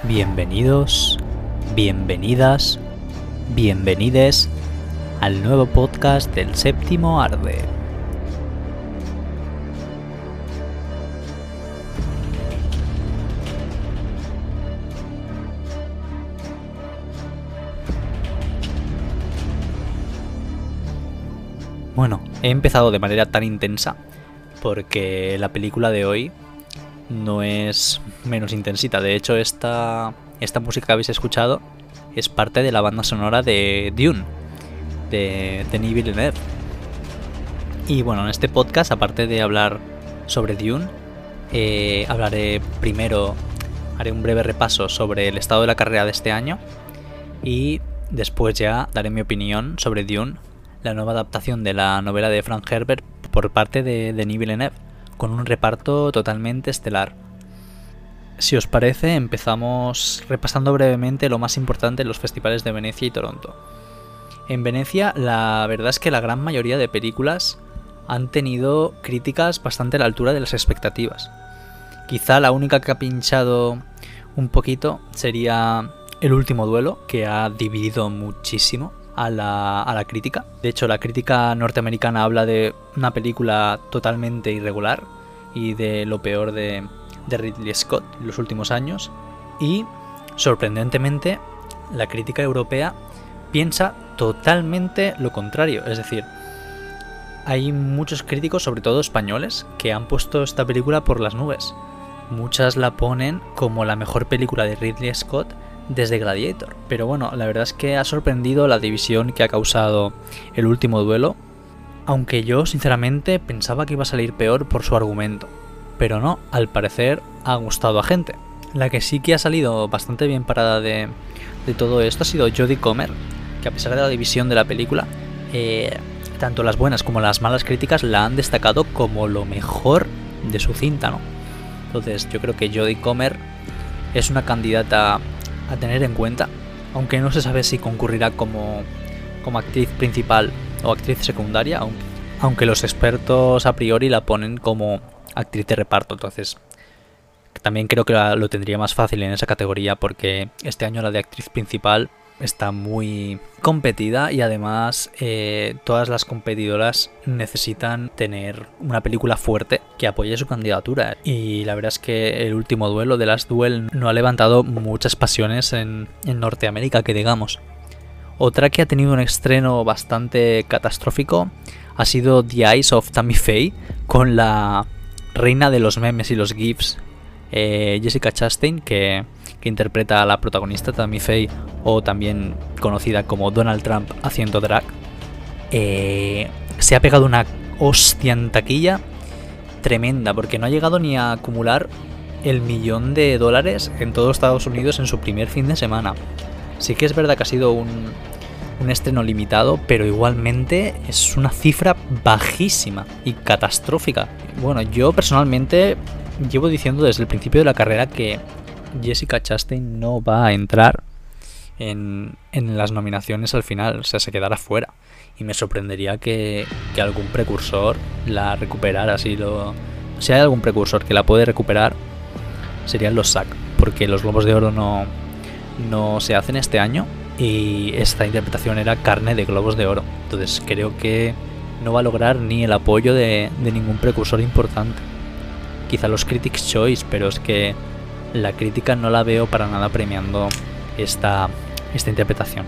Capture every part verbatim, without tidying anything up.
Bienvenidos, bienvenidas, bienvenides al nuevo podcast del Séptimo Arte. Bueno, he empezado de manera tan intensa porque la película de hoy no es menos intensita. De hecho, esta, esta música que habéis escuchado es parte de la banda sonora de Dune, de Denis Villeneuve. Y bueno, en este podcast, aparte de hablar sobre Dune, eh, hablaré primero, haré un breve repaso sobre el estado de la carrera de este año y después ya daré mi opinión sobre Dune, la nueva adaptación de la novela de Frank Herbert por parte de Denis Villeneuve, con un reparto totalmente estelar. Si os parece, empezamos repasando brevemente lo más importante en los festivales de Venecia y Toronto. En Venecia, la verdad es que la gran mayoría de películas han tenido críticas bastante a la altura de las expectativas. Quizá la única que ha pinchado un poquito sería El último duelo, que ha dividido muchísimo a la, a la crítica. De hecho, la crítica norteamericana habla de una película totalmente irregular y de lo peor de, de Ridley Scott en los últimos años. Y, sorprendentemente, la crítica europea piensa totalmente lo contrario. Es decir, hay muchos críticos, sobre todo españoles, que han puesto esta película por las nubes. Muchas la ponen como la mejor película de Ridley Scott desde Gladiator. Pero bueno, la verdad es que ha sorprendido la división que ha causado El último duelo, aunque yo sinceramente pensaba que iba a salir peor por su argumento. Pero no, al parecer ha gustado a gente. La que sí que ha salido bastante bien parada de, de todo esto ha sido Jodie Comer, que a pesar de la división de la película, eh, tanto las buenas como las malas críticas la han destacado como lo mejor de su cinta, ¿no? Entonces yo creo que Jodie Comer es una candidata a tener en cuenta, aunque no se sabe si concurrirá como, como actriz principal o actriz secundaria, aunque, aunque los expertos a priori la ponen como actriz de reparto. Entonces también creo que la, lo tendría más fácil en esa categoría, porque este año la de actriz principal está muy competida y además eh, todas las competidoras necesitan tener una película fuerte que apoye su candidatura, y la verdad es que El último duelo, de Last Duel, no ha levantado muchas pasiones en, en Norteamérica, que digamos. Otra que ha tenido un estreno bastante catastrófico ha sido The Eyes of Tammy Faye, con la reina de los memes y los gifs, eh, Jessica Chastain, que que interpreta a la protagonista Tammy Faye, o también conocida como Donald Trump haciendo drag. Eh, se ha pegado una hostia en taquilla tremenda, porque no ha llegado ni a acumular el millón de dólares en todo Estados Unidos en su primer fin de semana. Sí que es verdad que ha sido un, un estreno limitado, pero igualmente es una cifra bajísima y catastrófica. Bueno, yo personalmente llevo diciendo desde el principio de la carrera que Jessica Chastain no va a entrar en, en las nominaciones al final, o sea, se quedará fuera. Y me sorprendería que, que algún precursor la recuperara. Si, lo, si hay algún precursor que la puede recuperar, serían los S A C, porque los Globos de Oro no, no se hacen este año y esta interpretación era carne de Globos de Oro. Entonces creo que no va a lograr ni el apoyo de, de ningún precursor importante. Quizá los Critics' Choice, pero es que la crítica no la veo para nada premiando esta, esta interpretación.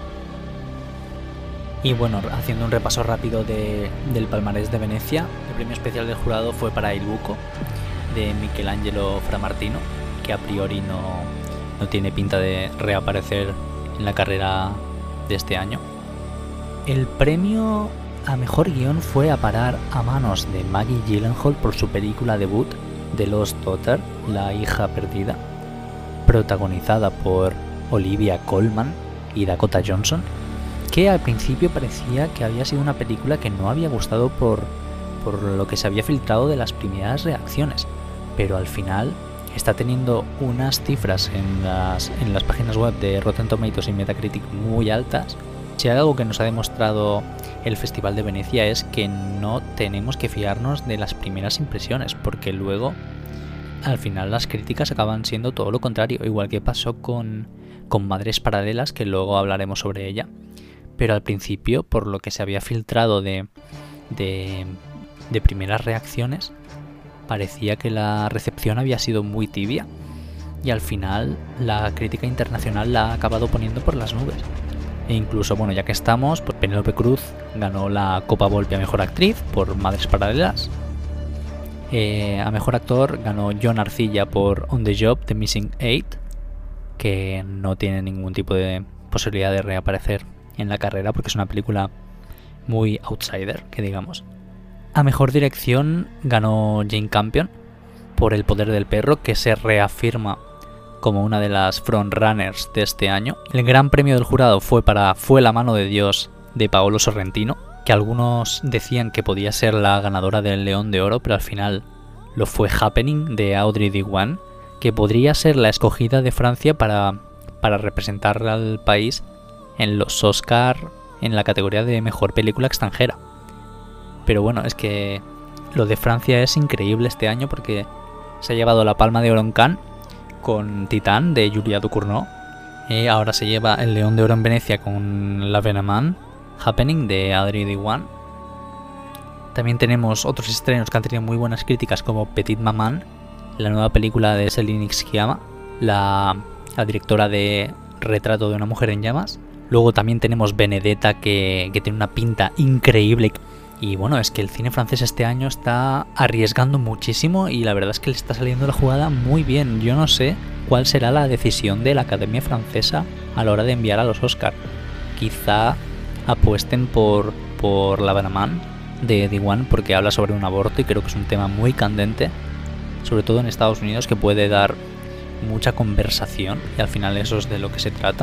Y bueno, haciendo un repaso rápido de, del palmarés de Venecia, el premio especial del jurado fue para Il Buco, de Michelangelo Framartino, que a priori no, no tiene pinta de reaparecer en la carrera de este año. El premio a mejor guión fue a parar a manos de Maggie Gyllenhaal por su película debut The Lost Daughter, La hija perdida, protagonizada por Olivia Colman y Dakota Johnson, que al principio parecía que había sido una película que no había gustado por, por lo que se había filtrado de las primeras reacciones, pero al final está teniendo unas cifras en las, en las páginas web de Rotten Tomatoes y Metacritic muy altas. Si hay algo que nos ha demostrado el Festival de Venecia es que no tenemos que fiarnos de las primeras impresiones, porque luego al final las críticas acaban siendo todo lo contrario, igual que pasó con, con Madres Paralelas, que luego hablaremos sobre ella. Pero al principio, por lo que se había filtrado de, de, de primeras reacciones, parecía que la recepción había sido muy tibia. Y al final la crítica internacional la ha acabado poniendo por las nubes. E incluso, bueno, ya que estamos, pues Penélope Cruz ganó la Copa Volpi a Mejor Actriz por Madres Paralelas. Eh, a Mejor Actor ganó John Arcilla por On the Job de Missing Eight, que no tiene ningún tipo de posibilidad de reaparecer en la carrera porque es una película muy outsider, que digamos. A Mejor Dirección ganó Jane Campion por El Poder del Perro, que se reafirma como una de las frontrunners de este año. El gran premio del jurado fue para Fue la mano de Dios de Paolo Sorrentino, que algunos decían que podía ser la ganadora del León de Oro, pero al final lo fue Happening de Audrey Diwan, que podría ser la escogida de Francia para, para representar al país en los Oscar en la categoría de Mejor Película Extranjera. Pero bueno, es que lo de Francia es increíble este año porque se ha llevado la Palma de Oro en Cannes con Titán de Julia Ducournau. Eh, ahora se lleva el León de Oro en Venecia con La Venaman, Happening de Audrey Diwan. También tenemos otros estrenos que han tenido muy buenas críticas, como Petite Maman, la nueva película de Céline Sciamma, la, la directora de Retrato de una mujer en llamas. Luego también tenemos Benedetta, que, que tiene una pinta increíble. Y bueno, es que el cine francés este año está arriesgando muchísimo y la verdad es que le está saliendo la jugada muy bien. Yo no sé cuál será la decisión de la Academia Francesa a la hora de enviar a los Oscar. Quizá apuesten por, por La Venaman de Diwan porque habla sobre un aborto y creo que es un tema muy candente, sobre todo en Estados Unidos, que puede dar mucha conversación y al final eso es de lo que se trata.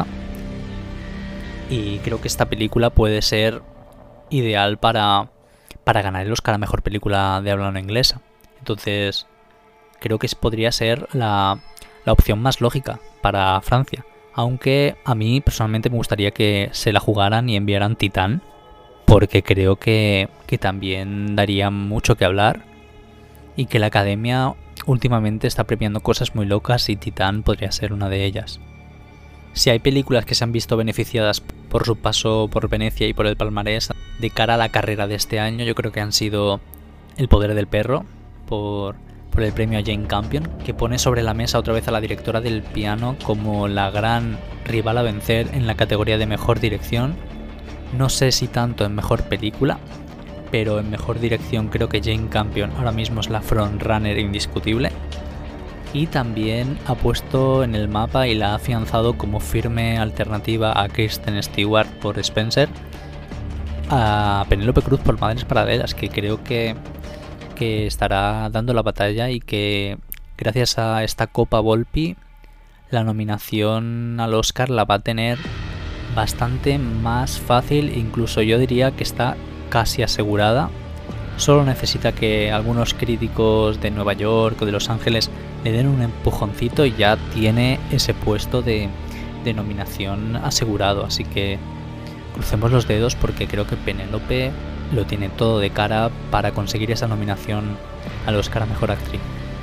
Y creo que esta película puede ser ideal para... para ganar el Oscar a Mejor Película de Habla no Inglesa. Entonces, creo que podría ser la, la opción más lógica para Francia. Aunque a mí personalmente me gustaría que se la jugaran y enviaran Titán, porque creo que, que también daría mucho que hablar y que la Academia últimamente está premiando cosas muy locas y Titán podría ser una de ellas. Si hay películas que se han visto beneficiadas por su paso por Venecia y por el palmarés de cara a la carrera de este año, yo creo que han sido El Poder del Perro, por, por el premio a Jane Campion, que pone sobre la mesa otra vez a la directora del piano como la gran rival a vencer en la categoría de Mejor Dirección. No sé si tanto en Mejor Película, pero en Mejor Dirección creo que Jane Campion ahora mismo es la frontrunner indiscutible. Y también ha puesto en el mapa y la ha afianzado como firme alternativa a Kristen Stewart por Spencer, a Penélope Cruz por Madres Paralelas, que creo que, que estará dando la batalla y que gracias a esta Copa Volpi la nominación al Oscar la va a tener bastante más fácil, incluso yo diría que está casi asegurada. Solo necesita que algunos críticos de Nueva York o de Los Ángeles le den un empujoncito y ya tiene ese puesto de, de nominación asegurado. Así que crucemos los dedos porque creo que Penélope lo tiene todo de cara para conseguir esa nominación al Oscar a Mejor Actriz.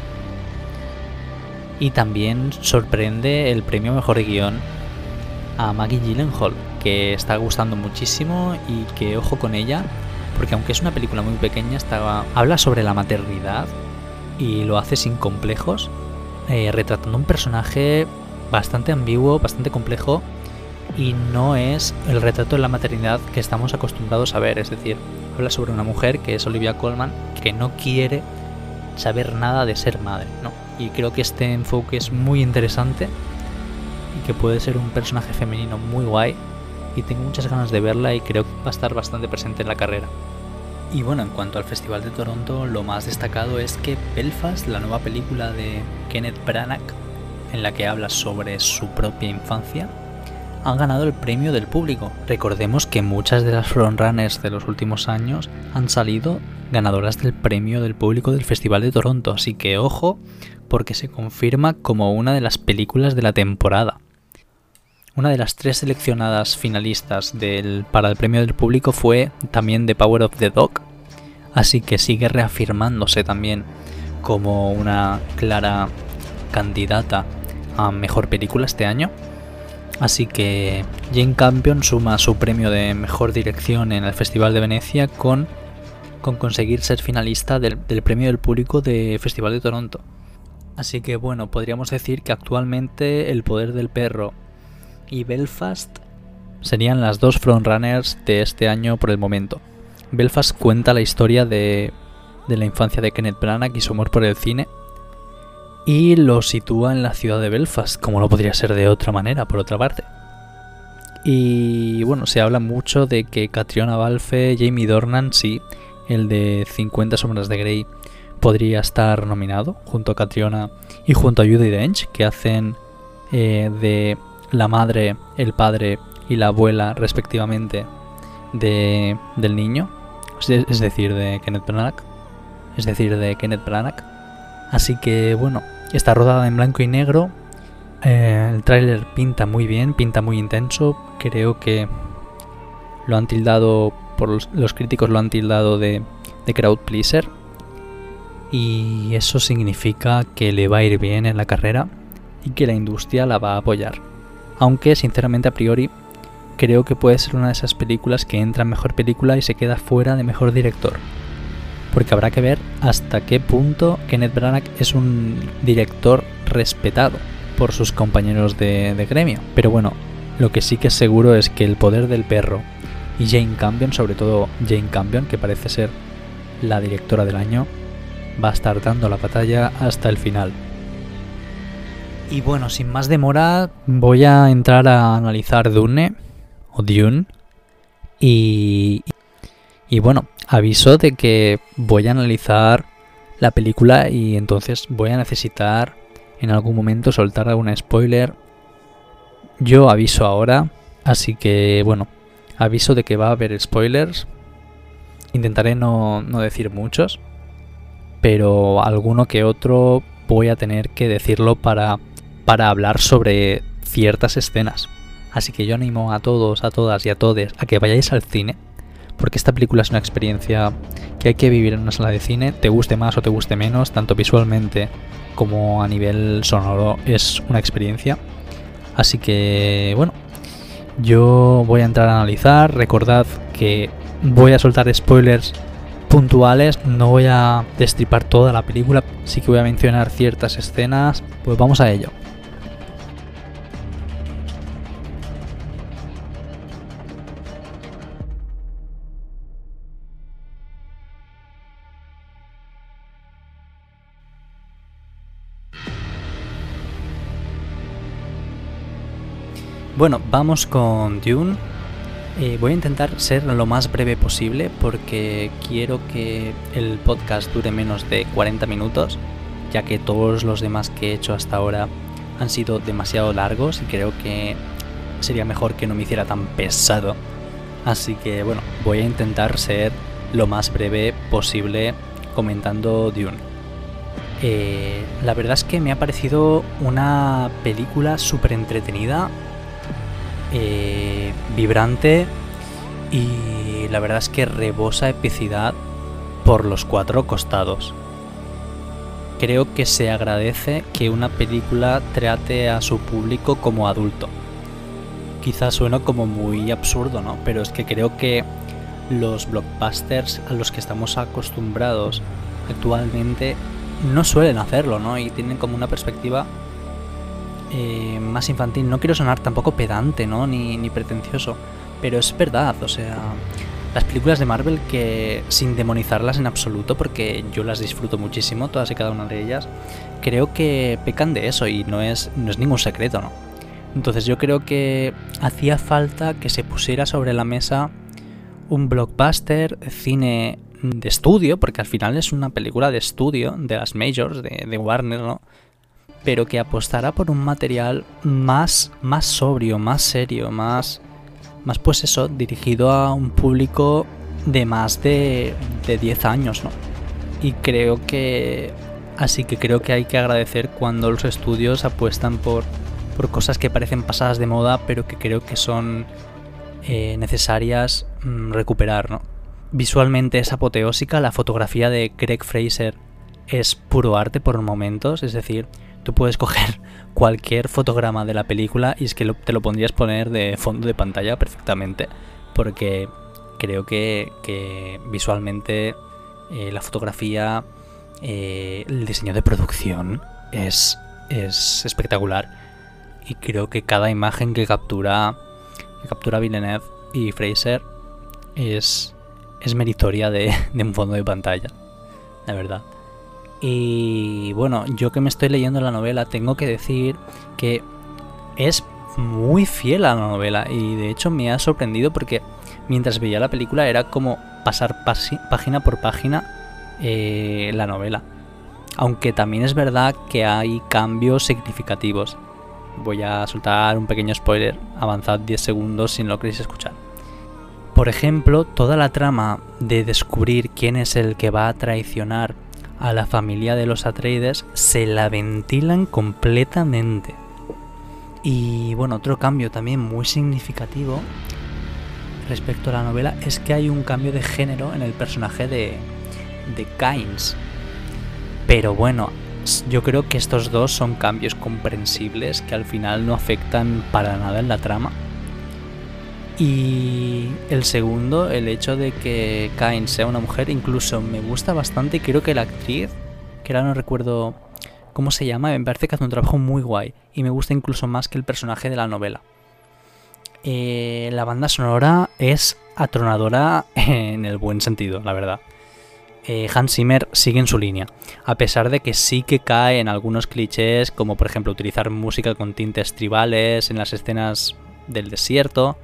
Y también sorprende el premio Mejor Guión a Maggie Gyllenhaal, que está gustando muchísimo y que ojo con ella, porque aunque es una película muy pequeña, está, habla sobre la maternidad y lo hace sin complejos, eh, retratando un personaje bastante ambiguo, bastante complejo, y no es el retrato de la maternidad que estamos acostumbrados a ver. Es decir, habla sobre una mujer que es Olivia Colman, que no quiere saber nada de ser madre, ¿no? Y creo que este enfoque es muy interesante y que puede ser un personaje femenino muy guay, y tengo muchas ganas de verla y creo que va a estar bastante presente en la carrera. Y bueno, en cuanto al Festival de Toronto, lo más destacado es que Belfast, la nueva película de Kenneth Branagh, en la que habla sobre su propia infancia, ha ganado el premio del público. Recordemos que muchas de las frontrunners de los últimos años han salido ganadoras del premio del público del Festival de Toronto, así que ojo, porque se confirma como una de las películas de la temporada. Una de las tres seleccionadas finalistas del, para el premio del público fue también The Power of the Dog, así que sigue reafirmándose también como una clara candidata a mejor película este año. Así que Jane Campion suma su premio de mejor dirección en el Festival de Venecia con, con conseguir ser finalista del, del premio del público del Festival de Toronto. Así que bueno, podríamos decir que actualmente El poder del perro y Belfast serían las dos frontrunners de este año por el momento. Belfast cuenta la historia de, de la infancia de Kenneth Branagh y su amor por el cine, y lo sitúa en la ciudad de Belfast, como no podría ser de otra manera, por otra parte. Y bueno, se habla mucho de que Catriona Balfe, Jamie Dornan, sí, el de cincuenta sombras de Grey, podría estar nominado, junto a Catriona y junto a Judi Dench, que hacen eh, de la madre, el padre y la abuela, respectivamente, de, del niño, es decir, de Kenneth Branagh, es decir, de Kenneth Branagh. Así que bueno, está rodada en blanco y negro. Eh, el tráiler pinta muy bien, pinta muy intenso. Creo que lo han tildado, por los, los críticos lo han tildado de, de crowd pleaser, y eso significa que le va a ir bien en la carrera y que la industria la va a apoyar. Aunque sinceramente a priori creo que puede ser una de esas películas que entra en mejor película y se queda fuera de mejor director, porque habrá que ver hasta qué punto Kenneth Branagh es un director respetado por sus compañeros de, de gremio. Pero bueno, lo que sí que es seguro es que El poder del perro y Jane Campion, sobre todo Jane Campion, que parece ser la directora del año, va a estar dando la batalla hasta el final. Y bueno, sin más demora, voy a entrar a analizar Dune, o Dune, y, y bueno, aviso de que voy a analizar la película y entonces voy a necesitar en algún momento soltar algún spoiler. Yo aviso ahora, así que bueno, aviso de que va a haber spoilers. Intentaré no, no decir muchos, pero alguno que otro voy a tener que decirlo para, para hablar sobre ciertas escenas. Así que yo animo a todos, a todas y a todes a que vayáis al cine, porque esta película es una experiencia que hay que vivir en una sala de cine, te guste más o te guste menos, tanto visualmente como a nivel sonoro, es una experiencia. Así que bueno, yo voy a entrar a analizar. Recordad que voy a soltar spoilers puntuales, no voy a destripar toda la película, sí que voy a mencionar ciertas escenas. Pues vamos a ello. Bueno, vamos con Dune. Eh, voy a intentar ser lo más breve posible porque quiero que el podcast dure menos de cuarenta minutos, ya que todos los demás que he hecho hasta ahora han sido demasiado largos y creo que sería mejor que no me hiciera tan pesado. Así que bueno, voy a intentar ser lo más breve posible comentando Dune. Eh, la verdad es que me ha parecido una película súper entretenida, Eh, vibrante, y la verdad es que rebosa epicidad por los cuatro costados. Creo que se agradece que una película trate a su público como adulto. Quizás suena como muy absurdo, ¿no? Pero es que creo que los blockbusters a los que estamos acostumbrados actualmente no suelen hacerlo, ¿no? Y tienen como una perspectiva Eh, más infantil. No quiero sonar tampoco pedante, ¿no? Ni, ni pretencioso, pero es verdad, o sea, las películas de Marvel, que sin demonizarlas en absoluto, porque yo las disfruto muchísimo, todas y cada una de ellas, creo que pecan de eso y no es, no es ningún secreto, ¿no? Entonces yo creo que hacía falta que se pusiera sobre la mesa un blockbuster, cine de estudio, porque al final es una película de estudio de las majors, de, de Warner, ¿no? Pero que apostara por un material más, más sobrio, más serio, más, más pues eso, dirigido a un público de más de, de diez años, ¿no? Y creo que, así que creo que hay que agradecer cuando los estudios apuestan por, por cosas que parecen pasadas de moda, pero que creo que son eh, necesarias mmm, recuperar, ¿no? Visualmente es apoteósica, la fotografía de Greg Fraser es puro arte por momentos, es decir, tú puedes coger cualquier fotograma de la película y es que lo, te lo pondrías poner de fondo de pantalla perfectamente, porque creo que, que visualmente eh, la fotografía, eh, el diseño de producción es, es espectacular, y creo que cada imagen que captura, que captura Villeneuve y Fraser es, es meritoria de, de un fondo de pantalla, la verdad. Y bueno, yo que me estoy leyendo la novela, tengo que decir que es muy fiel a la novela, y de hecho me ha sorprendido porque mientras veía la película era como pasar pasi- página por página eh, la novela. Aunque también es verdad que hay cambios significativos. Voy a soltar un pequeño spoiler, avanzad diez segundos si no lo queréis escuchar. Por ejemplo, toda la trama de descubrir quién es el que va a traicionar a la familia de los Atreides se la ventilan completamente. Y bueno, otro cambio también muy significativo respecto a la novela es que hay un cambio de género en el personaje de, de Kynes. Pero bueno, yo creo que estos dos son cambios comprensibles que al final no afectan para nada en la trama. Y el segundo, el hecho de que Kynes sea una mujer, incluso me gusta bastante, y creo que la actriz, que ahora no recuerdo cómo se llama, me parece que hace un trabajo muy guay y me gusta incluso más que el personaje de la novela. Eh, la banda sonora es atronadora en el buen sentido, la verdad. Eh, Hans Zimmer sigue en su línea, a pesar de que sí que cae en algunos clichés, como por ejemplo utilizar música con tintes tribales en las escenas del desierto.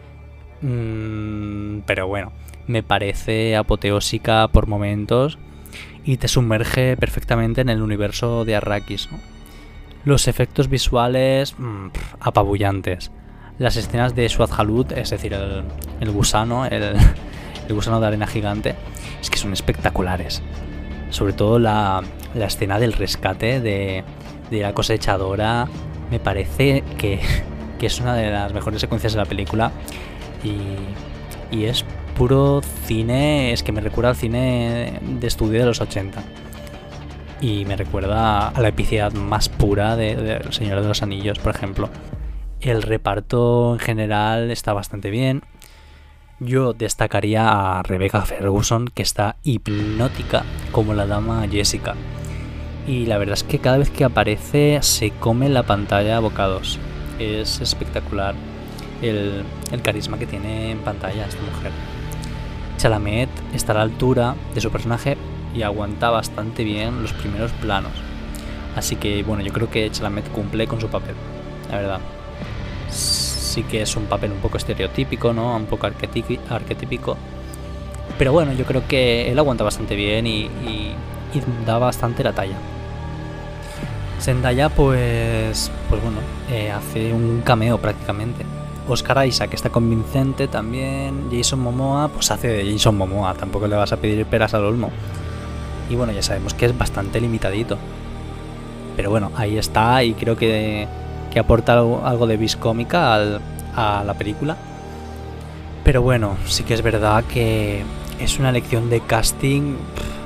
Mm, pero bueno, me parece apoteósica por momentos y te sumerge perfectamente en el universo de Arrakis, ¿no? Los efectos visuales, mmm, apabullantes. Las escenas de Suadhalut, es decir, el, el gusano, el, el gusano de arena gigante, es que son espectaculares. Sobre todo la, la escena del rescate de, de la cosechadora, me parece que, que es una de las mejores secuencias de la película. Y, y es puro cine, es que me recuerda al cine de estudio de los ochenta. Y me recuerda a la epicidad más pura de, de El Señor de los Anillos, por ejemplo. El reparto en general está bastante bien. Yo destacaría a Rebecca Ferguson, que está hipnótica como la dama Jessica. Y la verdad es que cada vez que aparece se come la pantalla a bocados. Es espectacular el, el carisma que tiene en pantalla esta mujer. Chalamet está a la altura de su personaje y aguanta bastante bien los primeros planos. Así que bueno, yo creo que Chalamet cumple con su papel, la verdad. Sí que es un papel un poco estereotípico, ¿no? Un poco arquetípico. Pero bueno, yo creo que él aguanta bastante bien y, y, y da bastante la talla. Zendaya, pues, pues bueno, eh, hace un cameo prácticamente. Oscar Isaac está convincente también. Jason Momoa, pues hace de Jason Momoa. Tampoco le vas a pedir peras al olmo. Y bueno, ya sabemos que es bastante limitadito. Pero bueno, ahí está y creo que, que aporta algo, algo de vis cómica al, a la película. Pero bueno, sí que es verdad que es una elección de casting,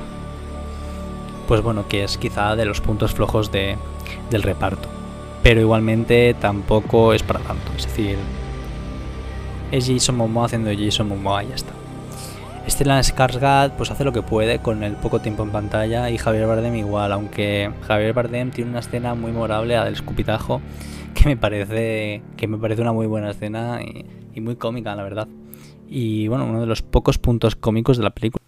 pues bueno, que es quizá de los puntos flojos de, del reparto. Pero igualmente tampoco es para tanto. Es decir, es Jason Momoa haciendo de Jason Momoa y ya está. Stellan Skarsgård pues hace lo que puede con el poco tiempo en pantalla, y Javier Bardem igual, aunque Javier Bardem tiene una escena muy memorable, la del escupitajo, que me parece que me parece una muy buena escena y, y muy cómica, la verdad. Y bueno, uno de los pocos puntos cómicos de la película.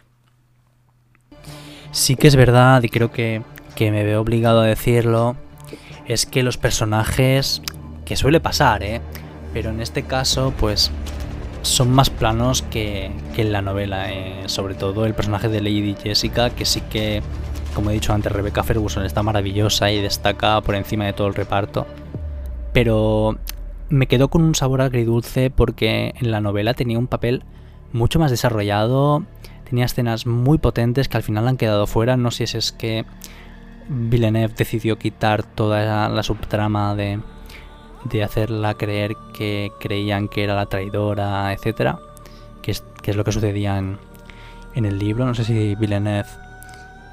Sí que es verdad, y creo que, que me veo obligado a decirlo, es que los personajes, que suele pasar, ¿eh? Pero en este caso, pues son más planos que, que en la novela, eh, sobre todo el personaje de Lady Jessica, que sí que, como he dicho antes, Rebecca Ferguson está maravillosa y destaca por encima de todo el reparto, pero me quedo con un sabor agridulce porque en la novela tenía un papel mucho más desarrollado, tenía escenas muy potentes que al final han quedado fuera. No sé si es que Villeneuve decidió quitar toda la subtrama de de hacerla creer que creían que era la traidora, etcétera, que es, que es lo que sucedía en, en el libro. No sé si Villeneuve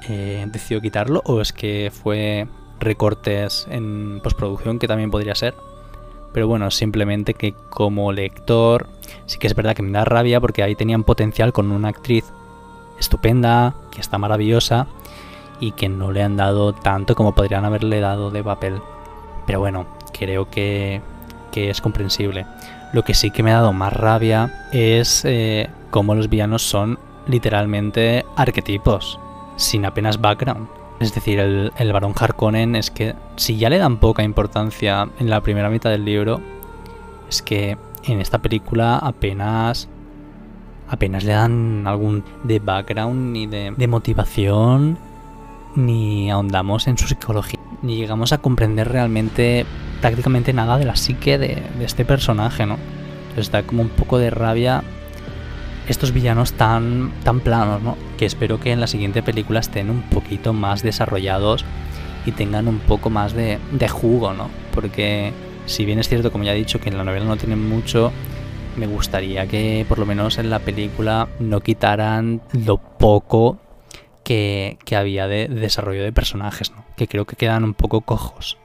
eh, decidió quitarlo, o es que fue recortes en postproducción, que también podría ser. Pero bueno, simplemente que como lector sí que es verdad que me da rabia, porque ahí tenían potencial con una actriz estupenda, que está maravillosa, y que no le han dado tanto como podrían haberle dado de papel. Pero bueno, creo que, que es comprensible. Lo que sí que me ha dado más rabia es eh, cómo los villanos son literalmente arquetipos, sin apenas background. Es decir, el, el Barón Harkonnen, es que si ya le dan poca importancia en la primera mitad del libro, es que en esta película apenas apenas le dan algún de background, ni de, de motivación, ni ahondamos en su psicología, ni llegamos a comprender realmente prácticamente nada de la psique de, de este personaje, ¿no? Entonces da como un poco de rabia estos villanos tan, tan planos, ¿no? Que espero que en la siguiente película estén un poquito más desarrollados y tengan un poco más de, de jugo, ¿no? Porque si bien es cierto, como ya he dicho, que en la novela no tienen mucho, me gustaría que por lo menos en la película no quitaran lo poco que, que había de, de desarrollo de personajes, ¿no? Que creo que quedan un poco cojos.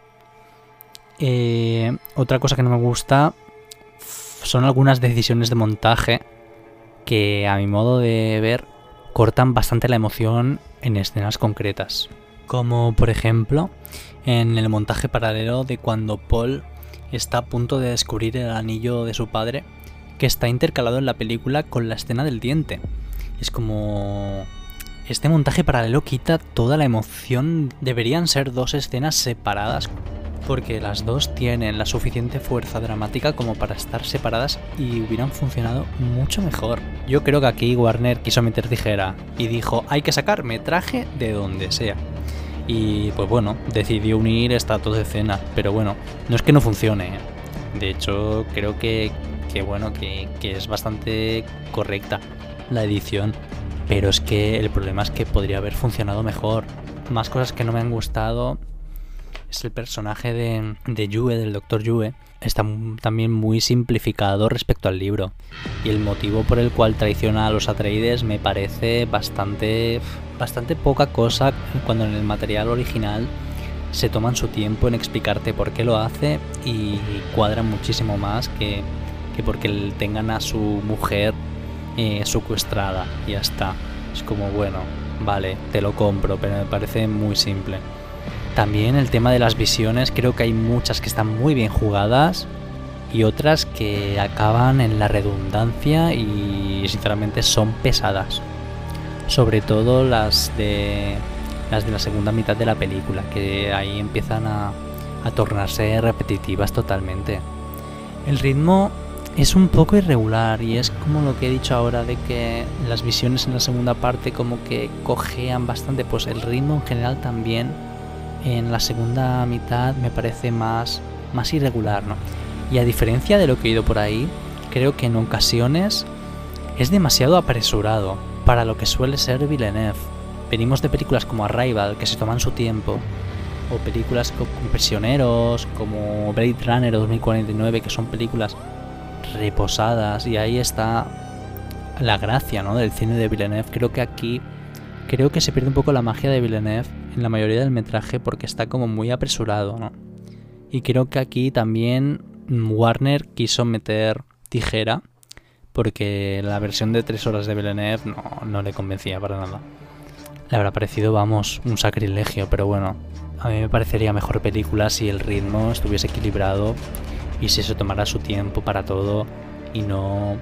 Eh, otra cosa que no me gusta son algunas decisiones de montaje que, a mi modo de ver, cortan bastante la emoción en escenas concretas. Como por ejemplo en el montaje paralelo de cuando Paul está a punto de descubrir el anillo de su padre, que está intercalado en la película con la escena del diente. Es como... este montaje paralelo quita toda la emoción. Deberían ser dos escenas separadas, porque las dos tienen la suficiente fuerza dramática como para estar separadas y hubieran funcionado mucho mejor. Yo creo que aquí Warner quiso meter tijera y dijo, hay que sacar metraje de donde sea. Y pues bueno, decidió unir estas dos escenas, pero bueno, no es que no funcione, ¿eh? De hecho, creo que, que bueno, que, que es bastante correcta la edición, pero es que el problema es que podría haber funcionado mejor. Más cosas que no me han gustado es el personaje de, de Yue, del doctor Yue. Está también muy simplificado respecto al libro, y el motivo por el cual traiciona a los Atreides me parece bastante, bastante poca cosa, cuando en el material original se toman su tiempo en explicarte por qué lo hace y cuadran muchísimo más que, que porque tengan a su mujer eh, secuestrada y ya está. Es como, bueno, vale, te lo compro, pero me parece muy simple. También el tema de las visiones, creo que hay muchas que están muy bien jugadas y otras que acaban en la redundancia y sinceramente son pesadas. Sobre todo las de las de la segunda mitad de la película, que ahí empiezan a, a tornarse repetitivas totalmente. El ritmo es un poco irregular y es como lo que he dicho ahora, de que las visiones en la segunda parte como que cojean bastante. Pues el ritmo en general también en la segunda mitad me parece más, más irregular, ¿no? Y a diferencia de lo que he oído por ahí, creo que en ocasiones es demasiado apresurado para lo que suele ser Villeneuve. Venimos de películas como Arrival, que se toman su tiempo, o películas como Prisioneros, como Blade Runner dos mil cuarenta y nueve, que son películas reposadas, y ahí está la gracia, ¿no?, del cine de Villeneuve. Creo que aquí creo que se pierde un poco la magia de Villeneuve en la mayoría del metraje, porque está como muy apresurado, ¿no? Y creo que aquí también Warner quiso meter tijera, porque la versión de tres horas de Villeneuve no, no le convencía para nada. Le habrá parecido, vamos, un sacrilegio, pero bueno, a mí me parecería mejor película si el ritmo estuviese equilibrado y si se tomara su tiempo para todo y no,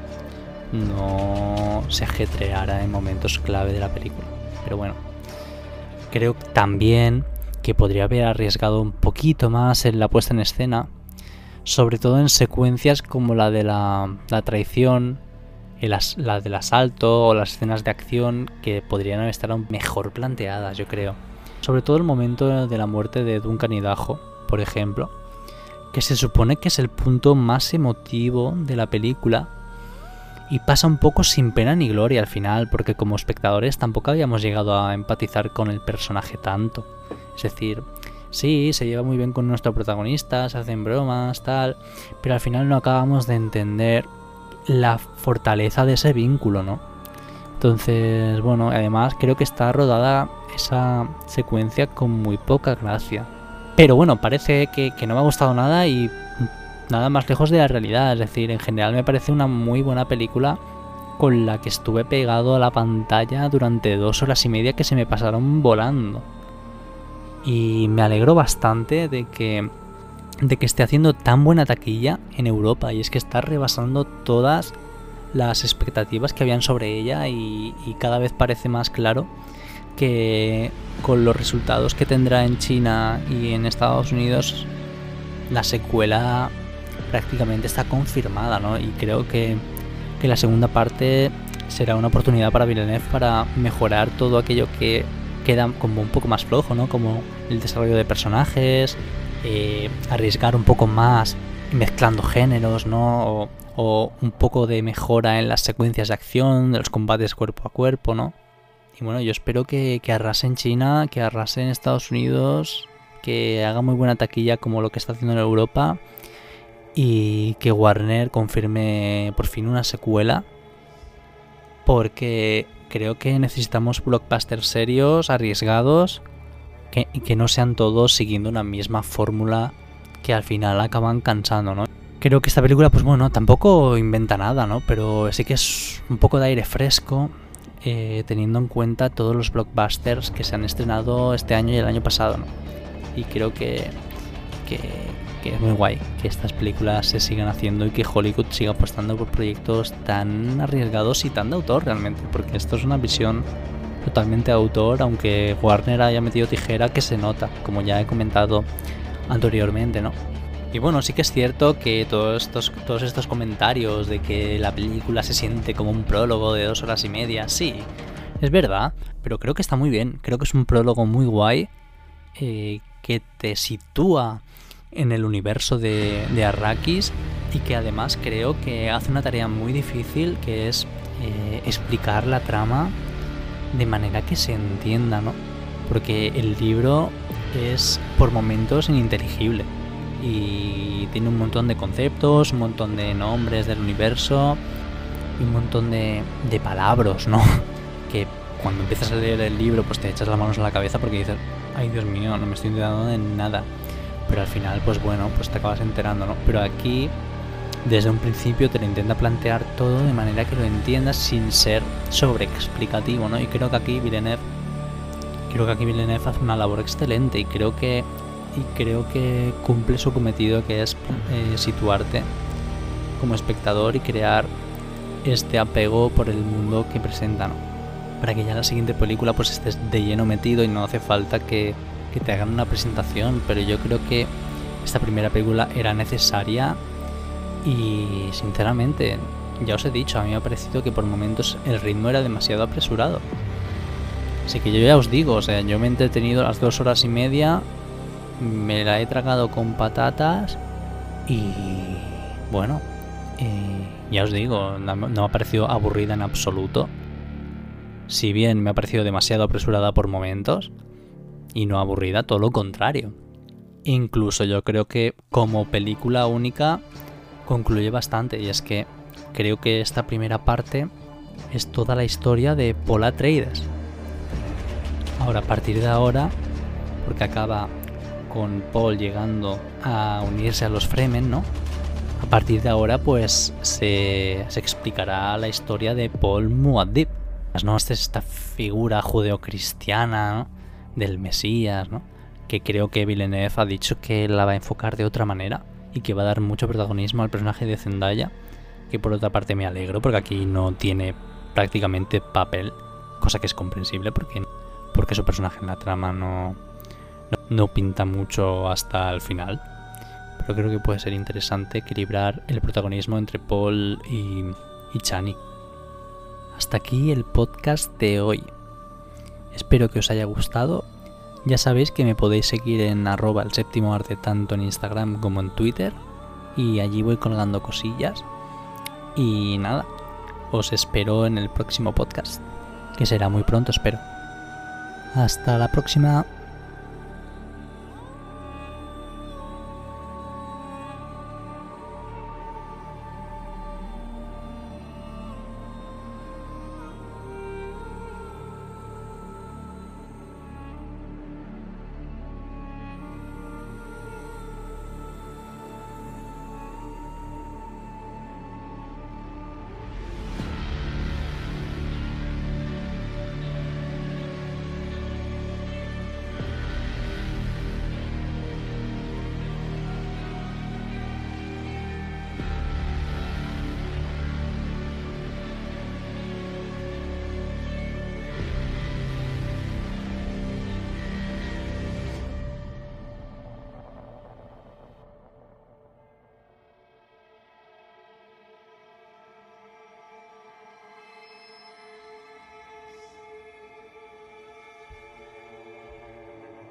no se ajetreara en momentos clave de la película. Pero bueno, creo también que podría haber arriesgado un poquito más en la puesta en escena, sobre todo en secuencias como la de la, la traición, el as, la del asalto o las escenas de acción, que podrían estar aún mejor planteadas, yo creo. Sobre todo el momento de la muerte de Duncan Idaho, por ejemplo, que se supone que es el punto más emotivo de la película, y pasa un poco sin pena ni gloria al final, porque como espectadores tampoco habíamos llegado a empatizar con el personaje tanto. Es decir, sí, se lleva muy bien con nuestro protagonista, se hacen bromas, tal, pero al final no acabamos de entender la fortaleza de ese vínculo, ¿no? Entonces, bueno, además creo que está rodada esa secuencia con muy poca gracia. Pero bueno, parece que, que no me ha gustado nada y nada más lejos de la realidad. Es decir, en general me parece una muy buena película con la que estuve pegado a la pantalla durante dos horas y media que se me pasaron volando. Y me alegro bastante de que, de que esté haciendo tan buena taquilla en Europa. Y es que está rebasando todas las expectativas que habían sobre ella y, y cada vez parece más claro que con los resultados que tendrá en China y en Estados Unidos, la secuela prácticamente está confirmada, ¿no? Y creo que, que la segunda parte será una oportunidad para Villeneuve para mejorar todo aquello que queda como un poco más flojo, ¿no? Como el desarrollo de personajes, eh, arriesgar un poco más mezclando géneros, ¿no? O, o un poco de mejora en las secuencias de acción, de los combates cuerpo a cuerpo, ¿no? Y bueno, yo espero que, que arrase en China, que arrase en Estados Unidos, que haga muy buena taquilla como lo que está haciendo en Europa y que Warner confirme por fin una secuela, porque creo que necesitamos blockbusters serios, arriesgados, que, y que no sean todos siguiendo una misma fórmula que al final acaban cansando, ¿no? Creo que esta película, pues bueno, tampoco inventa nada, ¿no? Pero sí que es un poco de aire fresco, eh, teniendo en cuenta todos los blockbusters que se han estrenado este año y el año pasado, ¿no? Y creo que, que, que es muy guay que estas películas se sigan haciendo y que Hollywood siga apostando por proyectos tan arriesgados y tan de autor realmente, porque esto es una visión totalmente de autor, aunque Warner haya metido tijera, que se nota, como ya he comentado anteriormente, ¿no? Y bueno, sí que es cierto que todos estos, todos estos comentarios de que la película se siente como un prólogo de dos horas y media, sí, es verdad, pero creo que está muy bien. Creo que es un prólogo muy guay, eh, que te sitúa en el universo de, de Arrakis y que además creo que hace una tarea muy difícil, que es eh, explicar la trama de manera que se entienda, ¿no? Porque el libro es por momentos ininteligible y tiene un montón de conceptos, un montón de nombres del universo y un montón de, de palabras, ¿no? Que cuando empiezas a leer el libro pues te echas las manos en la cabeza porque dices, ay Dios mío, no me estoy enterando de nada. Pero al final, pues bueno, pues te acabas enterando, ¿no? Pero aquí, desde un principio te lo intenta plantear todo de manera que lo entiendas sin ser sobreexplicativo, ¿no? Y creo que aquí Villeneuve, creo que aquí Villeneuve hace una labor excelente y creo que y creo que cumple su cometido, que es eh, situarte como espectador y crear este apego por el mundo que presenta, ¿no? Para que ya en la siguiente película pues estés de lleno metido y no hace falta que, que te hagan una presentación. Pero yo creo que esta primera película era necesaria y sinceramente, ya os he dicho, a mí me ha parecido que por momentos el ritmo era demasiado apresurado. Así que yo ya os digo, o sea, yo me he entretenido las dos horas y media, me la he tragado con patatas y bueno, eh, ya os digo, no, no me ha parecido aburrida en absoluto. Si bien me ha parecido demasiado apresurada por momentos y no aburrida, todo lo contrario. Incluso yo creo que como película única concluye bastante, y es que creo que esta primera parte es toda la historia de Paul Atreides. Ahora, a partir de ahora, porque acaba con Paul llegando a unirse a los Fremen, ¿no? A partir de ahora, pues se, se explicará la historia de Paul Muad'Dib, ¿no? Esta es esta figura judeocristiana, ¿no? Del Mesías, ¿no? Que creo que Villeneuve ha dicho que la va a enfocar de otra manera y que va a dar mucho protagonismo al personaje de Zendaya, que por otra parte me alegro porque aquí no tiene prácticamente papel, cosa que es comprensible porque, porque su personaje en la trama no, no, no pinta mucho hasta el final. Pero creo que puede ser interesante equilibrar el protagonismo entre Paul y, y Chani. Hasta aquí el podcast de hoy. Espero que os haya gustado. Ya sabéis que me podéis seguir en arroba el séptimo arte tanto en Instagram como en Twitter. Y allí voy colgando cosillas. Y nada, os espero en el próximo podcast, que será muy pronto, espero. Hasta la próxima.